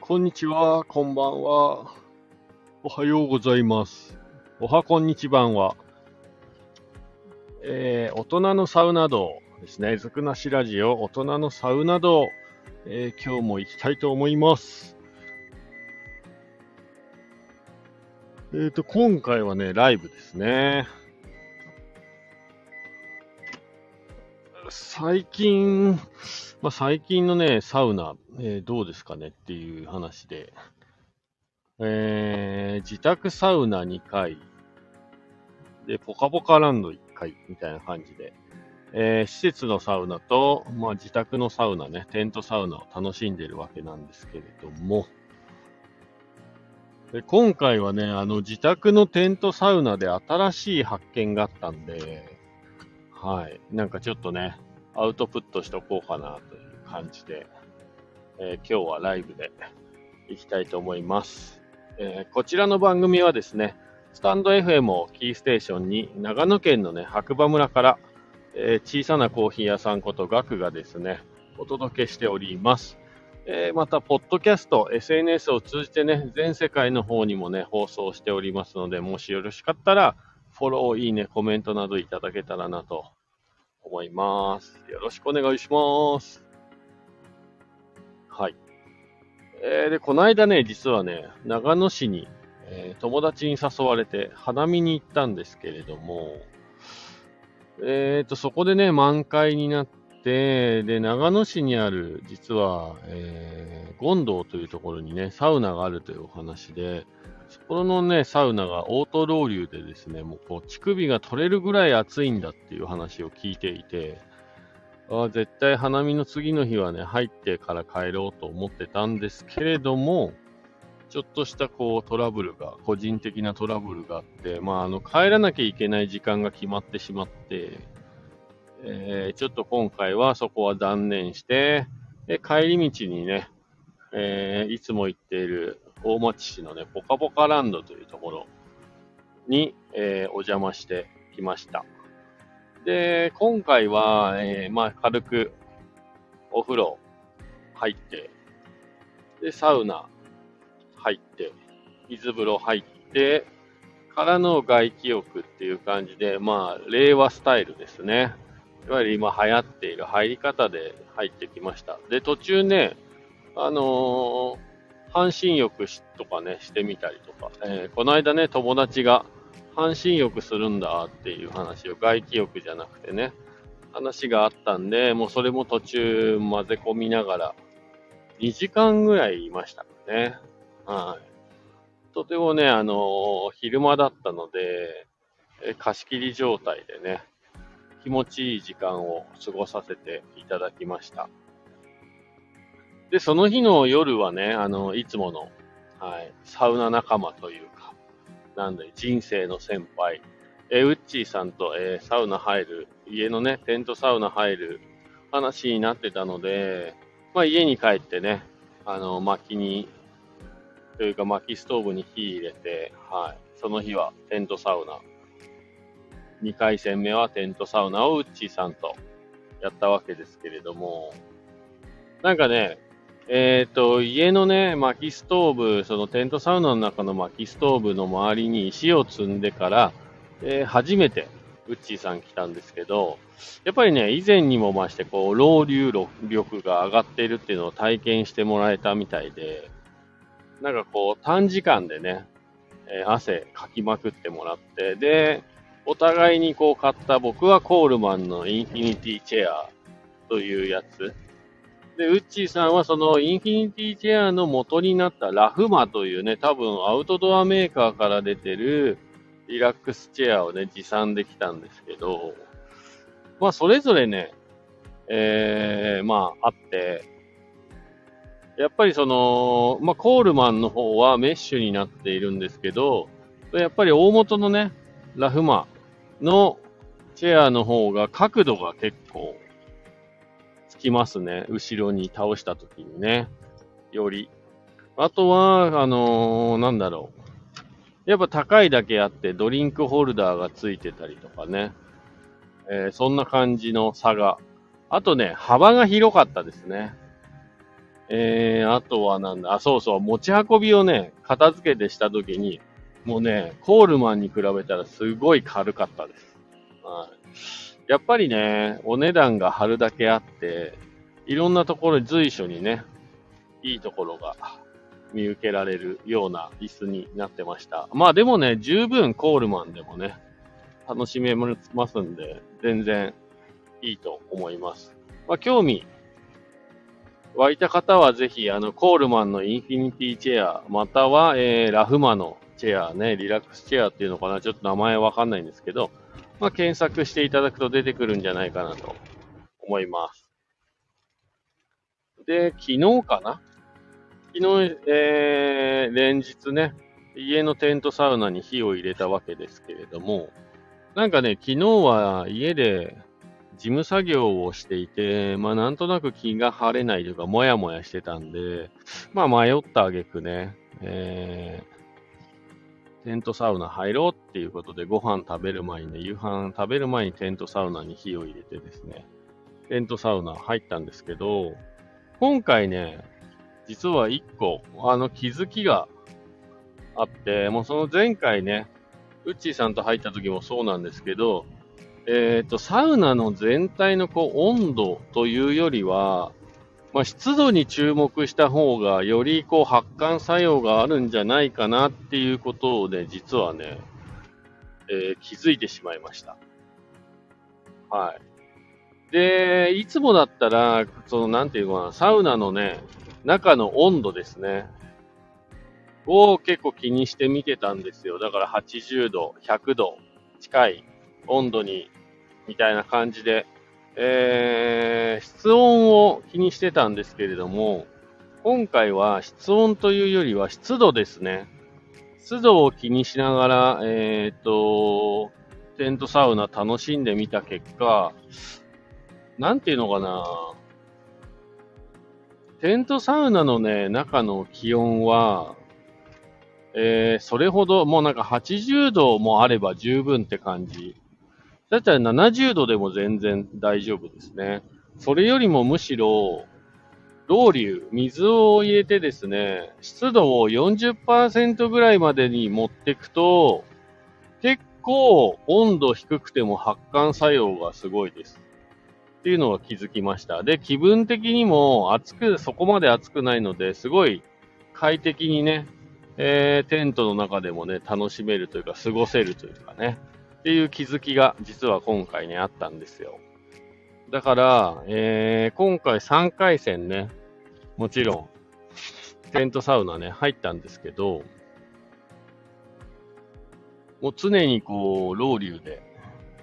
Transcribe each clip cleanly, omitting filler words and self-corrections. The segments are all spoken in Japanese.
こんにちは、こんばんは。おはようございます。おはこんにちばんは。大人のサウナ道ですね。ずくなしラジオ、大人のサウナ道、今日も行きたいと思います。今回はね、ライブですね。最近のね、サウナ、どうですかねっていう話で、自宅サウナ2回、で、ポカポカランド1回みたいな感じで、施設のサウナと、自宅のサウナね、テントサウナを楽しんでいるわけなんですけれども、で今回はね、自宅のテントサウナで新しい発見があったんで、はい、なんかちょっとね、アウトプットしとこうかなという感じで、今日はライブで行きたいと思います。こちらの番組はですね、スタンド FM をキーステーションに長野県のね、白馬村から小さなコーヒー屋さんことガクがですね、お届けしております。また、ポッドキャスト、SNS を通じてね、全世界の方にもね、放送しておりますので、もしよろしかったら、フォロー、いいね、コメントなどいただけたらなと思います。よろしくお願いします。はい。で、この間ね、実はね、長野市に、友達に誘われて花見に行ったんですけれども、そこでね、満開になって、で、長野市にある、実は、権堂というところにね、サウナがあるというお話で、そこのね、サウナがオートロウリュでですね、もうこう、乳首が取れるぐらい暑いんだっていう話を聞いていて、絶対花見の次の日はね、入ってから帰ろうと思ってたんですけれども、ちょっとしたこうトラブルが、個人的なトラブルがあって、帰らなきゃいけない時間が決まってしまって、ちょっと今回はそこは断念して、で帰り道にね、いつも行っている大町市のね、ポカポカランドというところに、お邪魔してきました。で、今回は、軽くお風呂入って、で、サウナ入って、水風呂入って、からの外気浴っていう感じで、令和スタイルですね。いわゆる今流行っている入り方で入ってきました。で、途中ね、半身浴とかね、してみたりとか、この間ね、友達が半身浴するんだっていう話を、外気浴じゃなくてね、話があったんで、もうそれも途中混ぜ込みながら、2時間ぐらいいましたね。はい。とてもね、昼間だったので、貸し切り状態でね、気持ちいい時間を過ごさせていただきました。で、その日の夜はね、いつもの、はい、サウナ仲間というか、なんで、人生の先輩、ウッチーさんと、サウナ入る、家のね、テントサウナ入る話になってたので、家に帰ってね、薪に、というか薪ストーブに火入れて、はい、その日はテントサウナ、2回戦目はテントサウナをウッチーさんとやったわけですけれども、なんかね、家のね、薪ストーブ、そのテントサウナの中の薪ストーブの周りに石を積んでから、初めて、ウッチーさん来たんですけど、やっぱりね、以前にも増して、こう、ロウリュ力が上がっているっていうのを体験してもらえたみたいで、なんかこう、短時間でね、汗かきまくってもらって、で、お互いにこう買った、僕はコールマンのインフィニティチェアというやつ、で、ウッチーさんはそのインフィニティチェアの元になったラフマというね、多分アウトドアメーカーから出てるリラックスチェアをね、持参できたんですけど、それぞれね、あって、やっぱりその、コールマンの方はメッシュになっているんですけど、やっぱり大元のね、ラフマのチェアの方が角度が結構つきますね。後ろに倒した時にね。より。あとは、やっぱ高いだけあってドリンクホルダーがついてたりとかね。そんな感じの差が。あとね、幅が広かったですね。 あとはなんだ、そうそう、持ち運びをね、片付けてしたときに、もうね、コールマンに比べたらすごい軽かったです。はい。やっぱりね、お値段が張るだけあって、いろんなところ随所にね、いいところが見受けられるような椅子になってました。まあでもね、十分コールマンでもね、楽しめますんで、全然いいと思います。まあ興味湧いた方はぜひ、コールマンのインフィニティチェア、または、ラフマのチェアね、リラックスチェアっていうのかな、ちょっと名前わかんないんですけど、まあ、検索していただくと出てくるんじゃないかなと思います。で、昨日かな昨日、連日ね、家のテントサウナに火を入れたわけですけれども、なんかね、昨日は家で事務作業をしていて、まあなんとなく気が晴れないというか、もやもやしてたんで、まあ迷った挙句ね、テントサウナ入ろうっていうことで、ご飯食べる前にね、夕飯食べる前にテントサウナに火を入れてですね、テントサウナ入ったんですけど、今回ね、実は一個、気づきがあって、もうその前回ね、ウッチーさんと入った時もそうなんですけど、サウナの全体の温度というよりは、まあ、湿度に注目した方が、より発汗作用があるんじゃないかなっていうことをね、実はね、気づいてしまいました。はい。で、いつもだったら、なんていうかな、サウナのね、中の温度ですね、を結構気にして見てたんですよ。だから80度、100度近い温度にみたいな感じで、室温を気にしてたんですけれども、今回は室温というよりは湿度ですね。湿度を気にしながら、テントサウナ楽しんでみた結果、なんていうのかな。テントサウナのね、中の気温は、それほど、もうなんか80度もあれば十分って感じ。だったら70度でも全然大丈夫ですね。それよりもむしろ、ロウリュ、水を入れてですね、湿度を40%ぐらいまでに持っていくと、結構温度低くても発汗作用がすごいです。っていうのは気づきました。で、気分的にもそこまで暑くないので、すごい快適にね、テントの中でもね、楽しめるというか、過ごせるというかね、っていう気づきが実は今回ね、あったんですよ。だから、今回3回戦ね、もちろん、テントサウナね、入ったんですけど、もう常にロウリュで、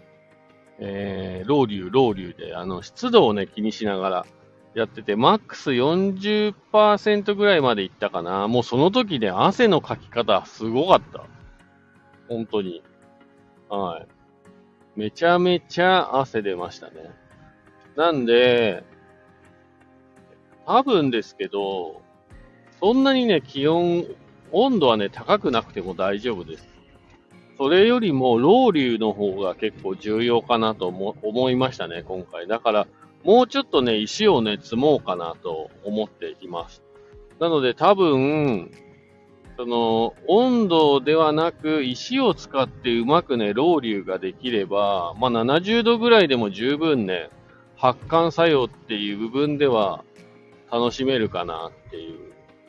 ロウリュで、湿度をね、気にしながらやってて、マックス40%ぐらいまでいったかな。もうその時ね、汗のかき方、すごかった。本当に。はい。めちゃめちゃ汗出ましたね。なんで、多分ですけど、そんなにね、温度はね、高くなくても大丈夫です。それよりも、ロウリュの方が結構重要かなと思いましたね、今回。だから、もうちょっとね、石をね、積もうかなと思っています。なので、多分、温度ではなく、石を使ってうまくね、ロウリュができれば、まあ、70度ぐらいでも十分ね、発汗作用っていう部分では楽しめるかなっていう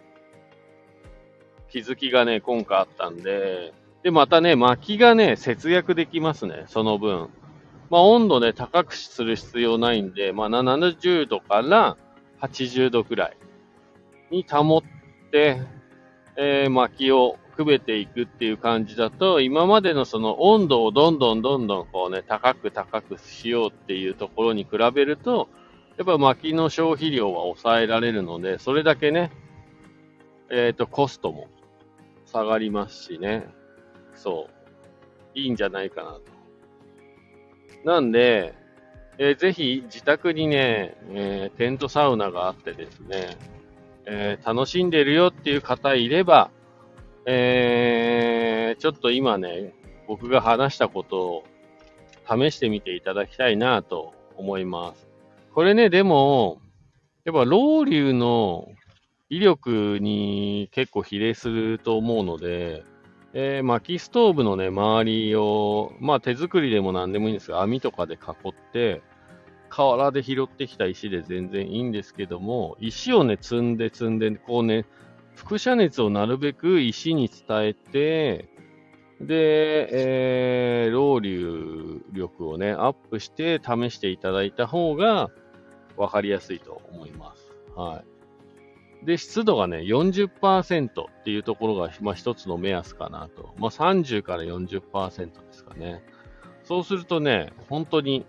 気づきがね、今回あったんで、で、またね、薪がね、節約できますね、その分。まあ、温度ね、高くする必要ないんで、まあ、70度から80度くらいに保って、薪をくべていくっていう感じだと、今までのその温度をどんどん高くしようっていうところに比べると、やっぱ薪の消費量は抑えられるので、それだけね、コストも下がりますしね。そう。いいんじゃないかなと。なんで、ぜひ自宅にね、テントサウナがあってですね、楽しんでるよっていう方いれば、ちょっと今ね、僕が話したことを試してみていただきたいなと思います。これね、でも、やっぱロウリュの威力に結構比例すると思うので、薪ストーブのね、周りを、まあ手作りでも何でもいいんですが、網とかで囲って、河原で拾ってきた石で全然いいんですけども、石をね、積んで、こうね、輻射熱をなるべく石に伝えて、で、ロウリュ力をね、アップして試していただいた方が分かりやすいと思います。はい。で、湿度がね、40%っていうところが、まあ、一つの目安かなと。まあ、30から40%ですかね。そうするとね、本当に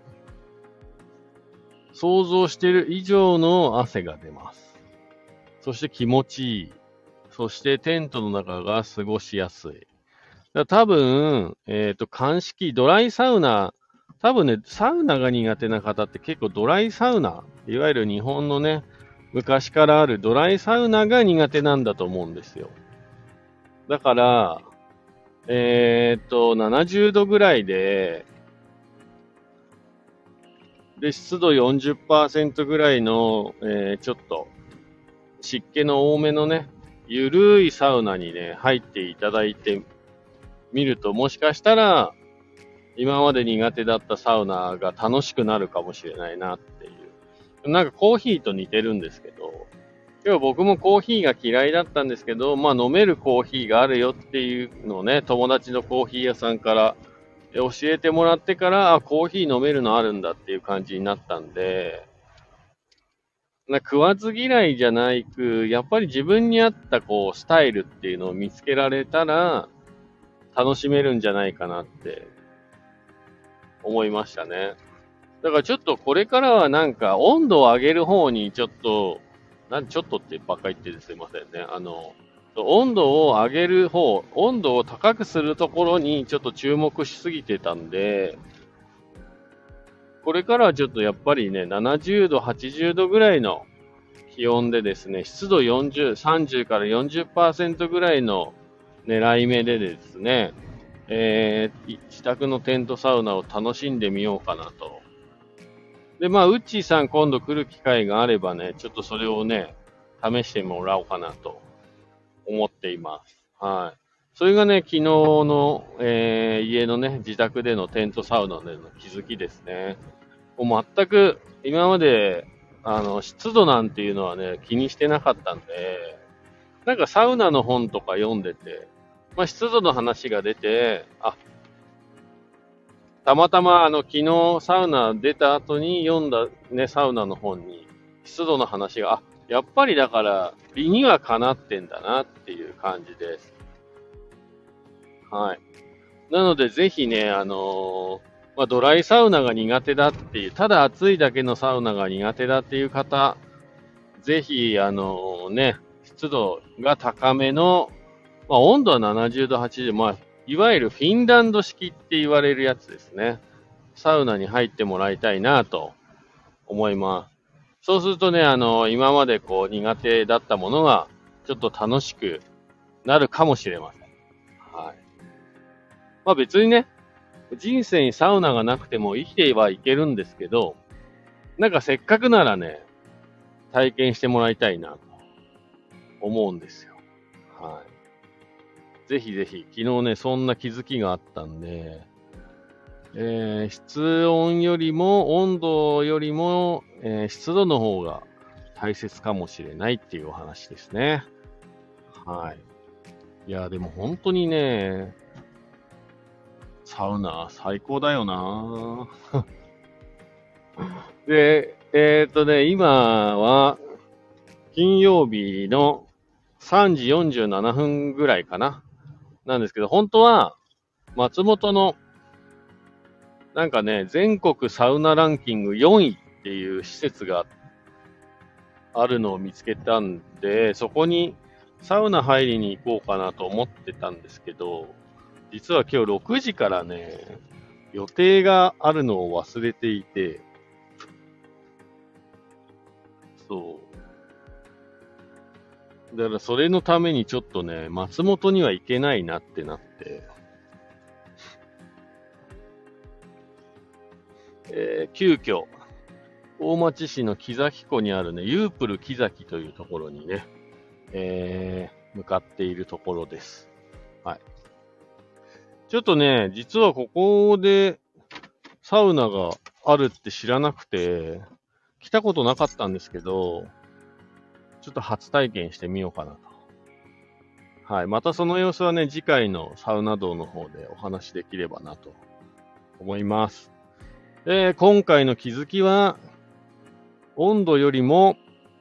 想像している以上の汗が出ます。そして気持ちいい。そしてテントの中が過ごしやすい。多分、乾式、ドライサウナ、多分ね、サウナが苦手な方って結構ドライサウナ、いわゆる日本のね、昔からあるドライサウナが苦手なんだと思うんですよ。だから、70度ぐらいで、湿度40%ぐらいの、ちょっと湿気の多めのね、ゆるいサウナにね、入っていただいてみると、もしかしたら、今まで苦手だったサウナが楽しくなるかもしれないなっていう。なんかコーヒーと似てるんですけど、今日僕もコーヒーが嫌いだったんですけど、まあ飲めるコーヒーがあるよっていうのをね、友達のコーヒー屋さんから教えてもらってから、あ、コーヒー飲めるのあるんだっていう感じになったんで、食わず嫌いじゃないく、やっぱり自分に合ったこうスタイルっていうのを見つけられたら楽しめるんじゃないかなって思いましたね。だからちょっとこれからはなんか温度を上げる方にちょっと、ちょっとってばっかり言ってすいませんね。温度を上げる方、温度を高くするところにちょっと注目しすぎてたんで、これからはちょっとやっぱりね、70度、80度ぐらいの気温でですね、湿度40、30から40%ぐらいの狙い目でですね、自宅のテントサウナを楽しんでみようかなと。で、まあ、ウッチーさん今度来る機会があればね、ちょっとそれをね、試してもらおうかなと思っています。はい。それがね、昨日の、家のね、自宅でのテントサウナでの気づきですね。もう全く今まで、湿度なんていうのはね、気にしてなかったんで、なんかサウナの本とか読んでて、まあ、湿度の話が出て、あ、たまたま昨日サウナ出た後に読んだね、サウナの本に湿度の話が、あ、やっぱりだから理にはかなってんだなっていう感じです。はい。なのでぜひね、まあ、ドライサウナが苦手だっていう、ただ暑いだけのサウナが苦手だっていう方、ぜひ、ね、湿度が高めの、まあ、温度は70度、80度、まあ、いわゆるフィンランド式って言われるやつですね。サウナに入ってもらいたいなと思います。そうするとね、今までこう苦手だったものがちょっと楽しくなるかもしれません。はい。まあ別にね、人生にサウナがなくても生きてはいけるんですけど、なんかせっかくならね、体験してもらいたいなと思うんですよ。はい。ぜひぜひ、昨日ね、そんな気づきがあったんで、室温よりも、温度よりも、湿度の方が大切かもしれないっていうお話ですね。はい。いや、でも本当にね、サウナ最高だよな。で、今は金曜日の3時47分ぐらいかな。なんですけど、本当は松本のなんかね、全国サウナランキング4位っていう施設があるのを見つけたんで、そこにサウナ入りに行こうかなと思ってたんですけど、実は今日6時からね、予定があるのを忘れていて、そう。だからそれのためにちょっとね、松本には行けないなってなって、急遽、大町市の木崎湖にあるね、ユープル木崎というところにね、 向かっているところです。はい。ちょっとね、実はここでサウナがあるって知らなくて、来たことなかったんですけど、ちょっと初体験してみようかなと。はい。またその様子はね、次回のサウナ道の方でお話できればなと思います。今回の気づきは、温度よりも、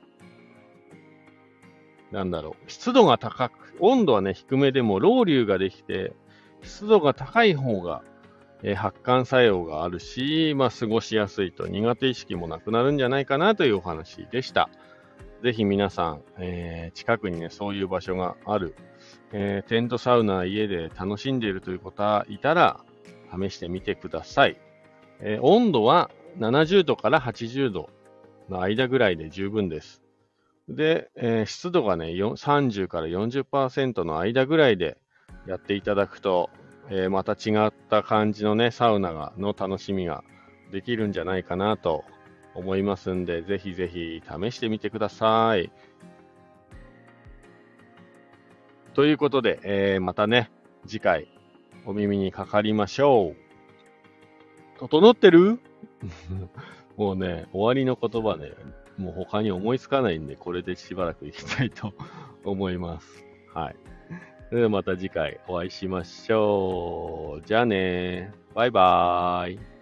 湿度が高く、温度はね、低めでも、ロウリュができて、湿度が高い方が、発汗作用があるし、過ごしやすいと苦手意識もなくなるんじゃないかなというお話でした。ぜひ皆さん、近くにね、そういう場所がある、テントサウナ家で楽しんでいるという方いたら、試してみてください。温度は70度から80度の間ぐらいで十分です。で、湿度がね、30から40%の間ぐらいでやっていただくと、また違った感じのね、サウナの楽しみができるんじゃないかなと思いますんで、ぜひぜひ試してみてください。ということで、またね、次回お耳にかかりましょう。整ってるもうね、終わりの言葉ね、もう他に思いつかないんで、これでしばらくいきたいと思います。はい。それではまた次回お会いしましょう。じゃあね。バイバーイ。